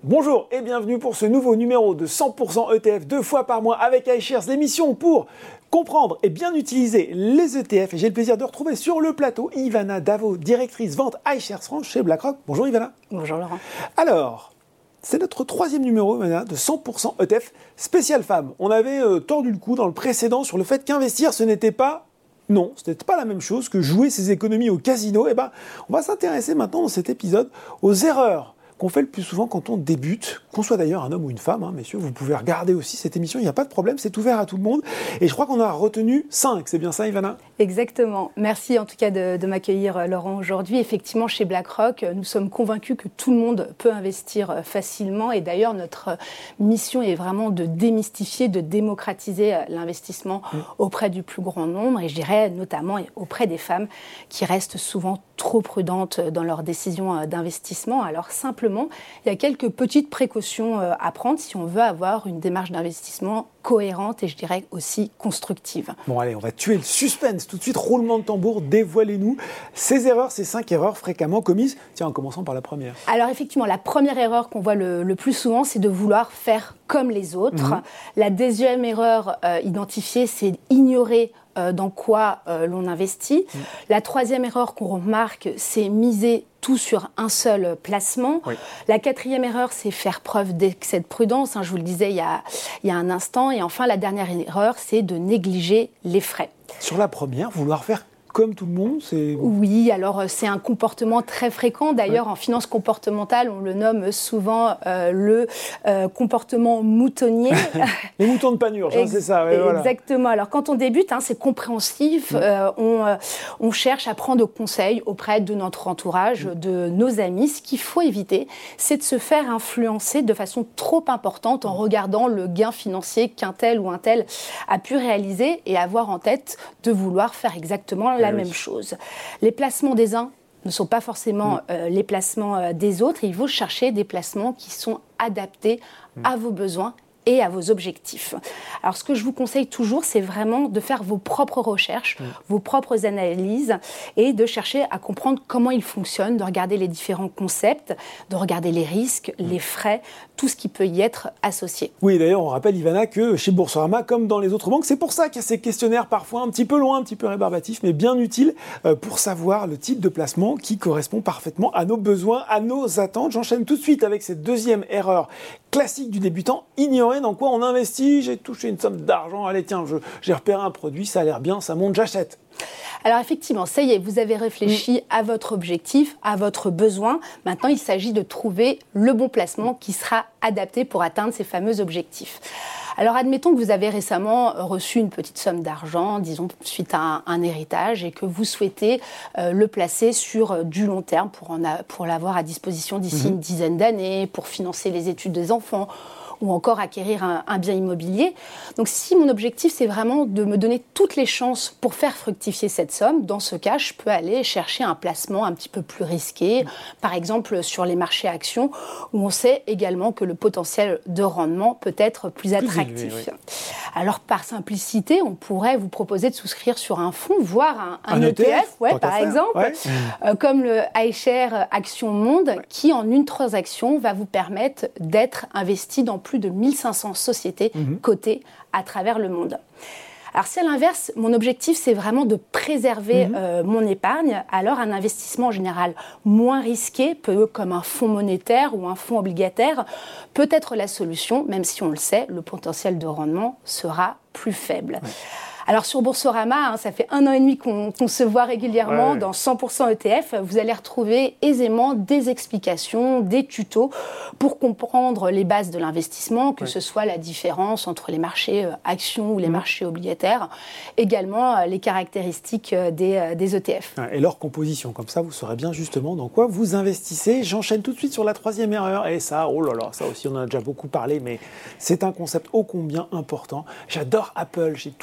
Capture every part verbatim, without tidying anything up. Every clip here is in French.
Bonjour et bienvenue pour ce nouveau numéro de cent pour cent E T F deux fois par mois avec iShares, l'émission pour comprendre et bien utiliser les E T F. Et j'ai le plaisir de retrouver sur le plateau Ivana Davo, directrice vente iShares France chez BlackRock. Bonjour Ivana. Bonjour Laurent. Alors, c'est notre troisième numéro Ivana, de cent pour cent E T F spécial femmes. On avait euh, tordu le cou dans le précédent sur le fait qu'investir ce n'était pas... Non, ce n'était pas la même chose que jouer ses économies au casino. Et ben, on va s'intéresser maintenant dans cet épisode aux erreurs qu'on fait le plus souvent quand on débute, qu'on soit d'ailleurs un homme ou une femme, hein, messieurs, vous pouvez regarder aussi cette émission, il n'y a pas de problème, c'est ouvert à tout le monde. Et je crois qu'on a retenu cinq, c'est bien ça Ivana ? Exactement. Merci en tout cas de, de m'accueillir Laurent aujourd'hui. Effectivement, chez BlackRock, nous sommes convaincus que tout le monde peut investir facilement. Et d'ailleurs, notre mission est vraiment de démystifier, de démocratiser l'investissement mmh. auprès du plus grand nombre. Et je dirais notamment auprès des femmes qui restent souvent trop prudentes dans leurs décisions d'investissement. Alors simplement, il y a quelques petites précautions à prendre si on veut avoir une démarche d'investissement cohérente et je dirais aussi constructive. Bon allez, on va tuer le suspense tout de suite, roulement de tambour, dévoilez-nous ces erreurs, ces cinq erreurs fréquemment commises. Tiens, en commençant par la première. Alors effectivement, la première erreur qu'on voit le, le plus souvent, c'est de vouloir faire comme les autres. Mmh. La deuxième erreur euh, identifiée, c'est ignorer euh, dans quoi euh, l'on investit. Mmh. La troisième erreur qu'on remarque, c'est miser tout sur un seul placement. Oui. La quatrième erreur, c'est faire preuve d'excès de prudence. Hein, je vous le disais il y a, il y a un instant. Et enfin, la dernière erreur, c'est de négliger les frais. Sur la première, vouloir faire comme tout le monde, c'est... Oui, alors c'est un comportement très fréquent. D'ailleurs, ouais. en finance comportementale, on le nomme souvent euh, le euh, comportement moutonnier. Les moutons de Panurge, hein, c'est ça. Ouais, exactement. Voilà. Alors, quand on débute, hein, c'est compréhensif. Mmh. Euh, on, euh, on cherche à prendre conseil auprès de notre entourage, mmh. de nos amis. Ce qu'il faut éviter, c'est de se faire influencer de façon trop importante en regardant le gain financier qu'un tel ou un tel a pu réaliser et avoir en tête de vouloir faire exactement la même chose. Les placements des uns ne sont pas forcément mmh. euh, les placements euh, des autres. Il faut chercher des placements qui sont adaptés mmh. à vos besoins et à vos objectifs. Alors, ce que je vous conseille toujours, c'est vraiment de faire vos propres recherches, mmh. vos propres analyses et de chercher à comprendre comment ils fonctionnent, de regarder les différents concepts, de regarder les risques, mmh. les frais, tout ce qui peut y être associé. Oui, d'ailleurs, on rappelle, Ivana, que chez Boursorama, comme dans les autres banques, c'est pour ça qu'il y a ces questionnaires parfois un petit peu loin, un petit peu rébarbatifs, mais bien utiles euh, pour savoir le type de placement qui correspond parfaitement à nos besoins, à nos attentes. J'enchaîne tout de suite avec cette deuxième erreur classique du débutant, ignorer dans quoi on investit. J'ai touché une somme d'argent, allez tiens, je, j'ai repéré un produit, ça a l'air bien, ça monte, j'achète. Alors effectivement, ça y est, vous avez réfléchi mmh. à votre objectif, à votre besoin. Maintenant, il s'agit de trouver le bon placement qui sera adapté pour atteindre ces fameux objectifs. Alors, admettons que vous avez récemment reçu une petite somme d'argent, disons, suite à un, un héritage, et que vous souhaitez euh, le placer sur euh, du long terme pour, en a, pour l'avoir à disposition d'ici mmh. une dizaine d'années, pour financer les études des enfants, ou encore acquérir un, un bien immobilier. Donc, si mon objectif, c'est vraiment de me donner toutes les chances pour faire fructifier cette somme, dans ce cas, je peux aller chercher un placement un petit peu plus risqué, mmh. par exemple sur les marchés actions, où on sait également que le potentiel de rendement peut être plus attractif. Plus élevé, oui. Alors, par simplicité, on pourrait vous proposer de souscrire sur un fonds, voire un, un, un E T F, E T F ouais, par exemple, ouais. euh, comme le iShares Action Monde, ouais. qui, en une transaction, va vous permettre d'être investi dans plus de mille cinq cents sociétés mmh. cotées à travers le monde. Alors si à l'inverse, mon objectif c'est vraiment de préserver mmh. euh, mon épargne, alors un investissement en général moins risqué, peu comme un fonds monétaire ou un fonds obligataire, peut être la solution, même si on le sait, le potentiel de rendement sera plus faible. Ouais. Alors sur Boursorama, hein, ça fait un an et demi qu'on, qu'on se voit régulièrement ouais. dans cent pour cent E T F. Vous allez retrouver aisément des explications, des tutos pour comprendre les bases de l'investissement, que ouais. ce soit la différence entre les marchés euh, actions ou les mmh. marchés obligataires, également euh, les caractéristiques euh, des, euh, des E T F. Et leur composition, comme ça vous saurez bien justement dans quoi vous investissez. J'enchaîne tout de suite sur la troisième erreur. Et ça, oh là là, ça aussi on en a déjà beaucoup parlé, mais c'est un concept ô combien important. J'adore Apple, j'ai tout Apple et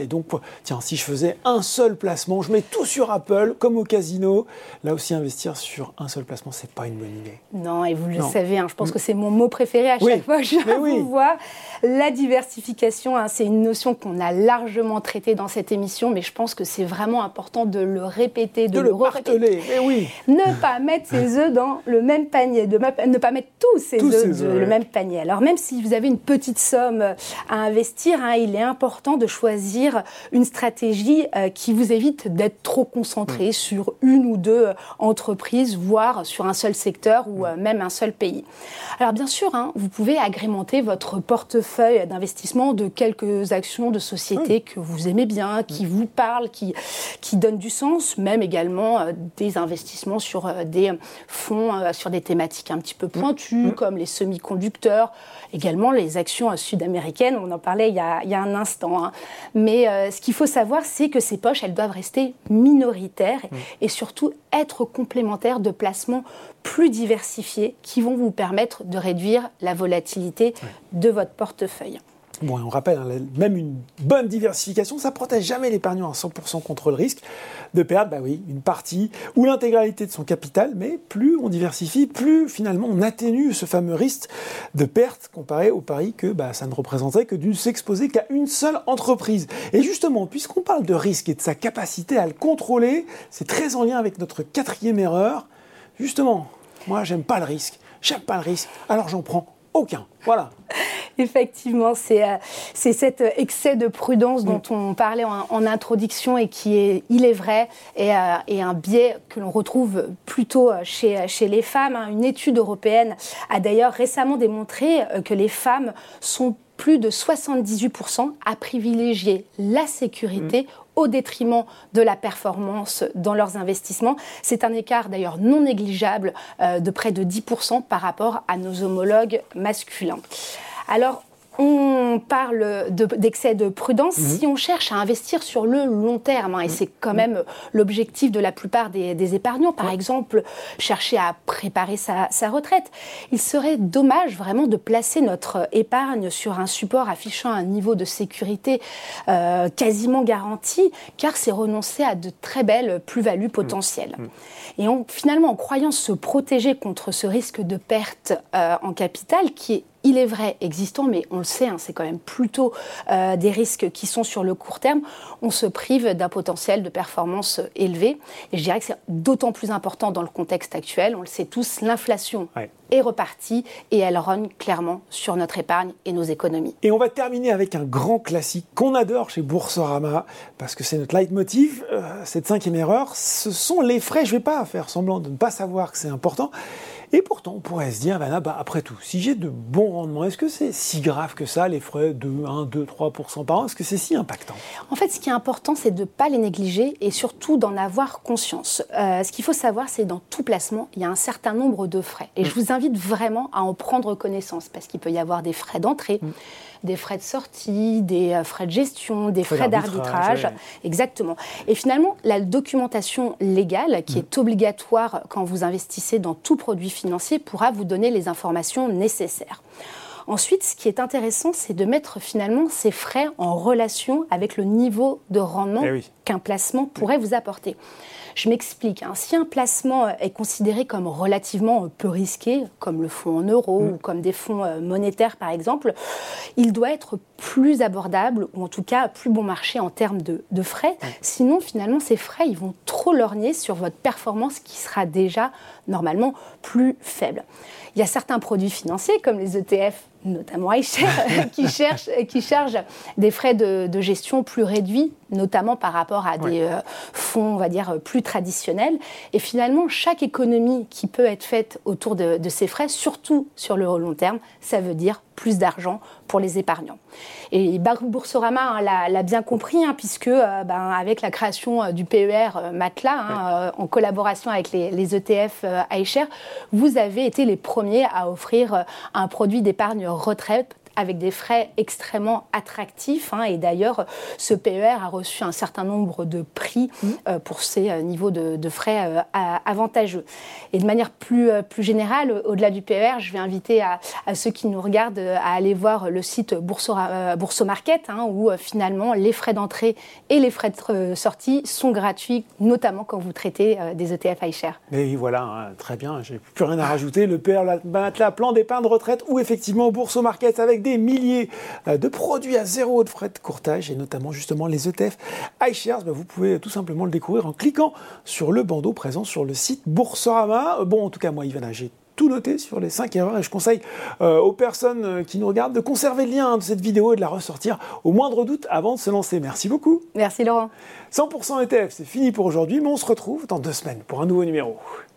Et donc, tiens, si je faisais un seul placement, je mets tout sur Apple, comme au casino. Là aussi, investir sur un seul placement, c'est pas une bonne idée. Non, et vous le non. savez, hein, je pense que c'est mon mot préféré à chaque oui, fois que je vous oui. vois. La diversification, hein, c'est une notion qu'on a largement traitée dans cette émission, mais je pense que c'est vraiment important de le répéter, de, de le, le marteler. Mais oui. Ne pas mettre ses œufs dans le même panier, de ne pas mettre tous ses tous œufs dans ouais. le même panier. Alors même si vous avez une petite somme à investir, hein, il est important de choisir une stratégie euh, qui vous évite d'être trop concentré mmh. sur une ou deux entreprises, voire sur un seul secteur ou euh, même un seul pays. Alors bien sûr, hein, vous pouvez agrémenter votre portefeuille d'investissement de quelques actions de sociétés mmh. que vous aimez bien, qui mmh. vous parlent, qui, qui donnent du sens, même également euh, des investissements sur euh, des fonds, euh, sur des thématiques un petit peu pointues, mmh. comme les semi-conducteurs, également les actions euh, sud-américaines, on en parlait il y a, il y a un instant. Hein. Mais euh, ce qu'il faut savoir, c'est que ces poches, elles doivent rester minoritaires mmh. et surtout être complémentaires de placements plus diversifiés qui vont vous permettre de réduire la volatilité mmh. de votre portefeuille. Bon, et on rappelle, hein, même une bonne diversification, ça ne protège jamais l'épargnant à cent pour cent contre le risque de perdre, bah oui, une partie ou l'intégralité de son capital, mais plus on diversifie, plus finalement on atténue ce fameux risque de perte comparé au pari que bah, ça ne représenterait que de s'exposer qu'à une seule entreprise. Et justement, puisqu'on parle de risque et de sa capacité à le contrôler, c'est très en lien avec notre quatrième erreur. Justement, moi j'aime pas le risque, j'aime pas le risque, alors j'en prends aucun. Voilà. Effectivement, c'est, euh, c'est cet excès de prudence dont mmh. on parlait en, en introduction et qui est, il est vrai, est, euh, est un biais que l'on retrouve plutôt chez, chez les femmes. Hein. Une étude européenne a d'ailleurs récemment démontré que les femmes sont plus de soixante-dix-huit pour cent à privilégier la sécurité mmh. au détriment de la performance dans leurs investissements. C'est un écart d'ailleurs non négligeable euh, de près de dix pour cent par rapport à nos homologues masculins. Alors, on parle de, d'excès de prudence mmh. si on cherche à investir sur le long terme, hein, et c'est quand même l'objectif de la plupart des, des épargnants. Par ouais. exemple, chercher à préparer sa, sa retraite. Il serait dommage vraiment de placer notre épargne sur un support affichant un niveau de sécurité euh, quasiment garanti, car c'est renoncer à de très belles plus-values potentielles. Mmh. Et on, finalement, en croyant se protéger contre ce risque de perte euh, en capital, qui est il est vrai, existant, mais on le sait, hein, c'est quand même plutôt euh, des risques qui sont sur le court terme. On se prive d'un potentiel de performance élevé. Et je dirais que c'est d'autant plus important dans le contexte actuel. On le sait tous, l'inflation ouais. est repartie et elle rogne clairement sur notre épargne et nos économies. Et on va terminer avec un grand classique qu'on adore chez Boursorama, parce que c'est notre leitmotiv. Euh, cette cinquième erreur, ce sont les frais. Je ne vais pas faire semblant de ne pas savoir que c'est important. Et pourtant, on pourrait se dire, ben, bah, après tout, si j'ai de bons rendements, est-ce que c'est si grave que ça, les frais de un, deux, trois pour cent par an? Est-ce que c'est si impactant? En fait, ce qui est important, c'est de ne pas les négliger et surtout d'en avoir conscience. Euh, ce qu'il faut savoir, c'est que dans tout placement, il y a un certain nombre de frais. Et mmh. je vous invite vraiment à en prendre connaissance, parce qu'il peut y avoir des frais d'entrée, mmh. des frais de sortie, des frais de gestion, des frais, frais d'arbitrage. d'arbitrage ouais. Exactement. Et finalement, la documentation légale, qui mmh. est obligatoire quand vous investissez dans tout produit financier, pourra vous donner les informations nécessaires. Ensuite, ce qui est intéressant, c'est de mettre finalement ces frais en relation avec le niveau de rendement eh oui. qu'un placement pourrait vous apporter. Je m'explique. Hein. Si un placement est considéré comme relativement peu risqué, comme le fonds en euros mmh. ou comme des fonds monétaires par exemple, il doit être plus abordable ou en tout cas plus bon marché en termes de, de frais. Mmh. Sinon, finalement, ces frais ils vont trop lorgner sur votre performance qui sera déjà normalement plus faible. Il y a certains produits financiers comme les E T F, notamment iShares, qui, cherchent, qui chargent des frais de, de gestion plus réduits, notamment par rapport à des ouais. euh, fonds, on va dire, plus traditionnels. Et finalement, chaque économie qui peut être faite autour de, de ces frais, surtout sur le long terme, ça veut dire plus d'argent pour les épargnants. Et Boursorama hein, l'a, l'a bien compris, hein, puisque euh, ben, avec la création euh, du P E R euh, Matelas, hein, ouais. euh, en collaboration avec les, les E T F euh, iShares, vous avez été les premiers à offrir euh, un produit d'épargne retraite avec des frais extrêmement attractifs. Hein, et d'ailleurs, ce P E R a reçu un certain nombre de prix mmh. euh, pour ces euh, niveaux de, de frais euh, avantageux. Et de manière plus, euh, plus générale, au-delà du P E R, je vais inviter à, à ceux qui nous regardent à aller voir le site Boursora, euh, Boursomarket, hein, où euh, finalement les frais d'entrée et les frais de sortie sont gratuits, notamment quand vous traitez euh, des E T F iShares. Et voilà, hein, très bien, j'ai plus rien à rajouter. Le P E R Matelas, plan d'épargne retraite ou effectivement Boursomarket avec des milliers euh, de produits à zéro de frais de courtage et notamment justement les E T F iShares, bah, vous pouvez tout simplement le découvrir en cliquant sur le bandeau présent sur le site Boursorama. Bon, en tout cas, moi, Yvan, j'ai tout noté sur les cinq erreurs et je conseille euh, aux personnes qui nous regardent de conserver le lien de cette vidéo et de la ressortir au moindre doute avant de se lancer. Merci beaucoup. Merci Laurent. cent pour cent E T F, c'est fini pour aujourd'hui, mais on se retrouve dans deux semaines pour un nouveau numéro.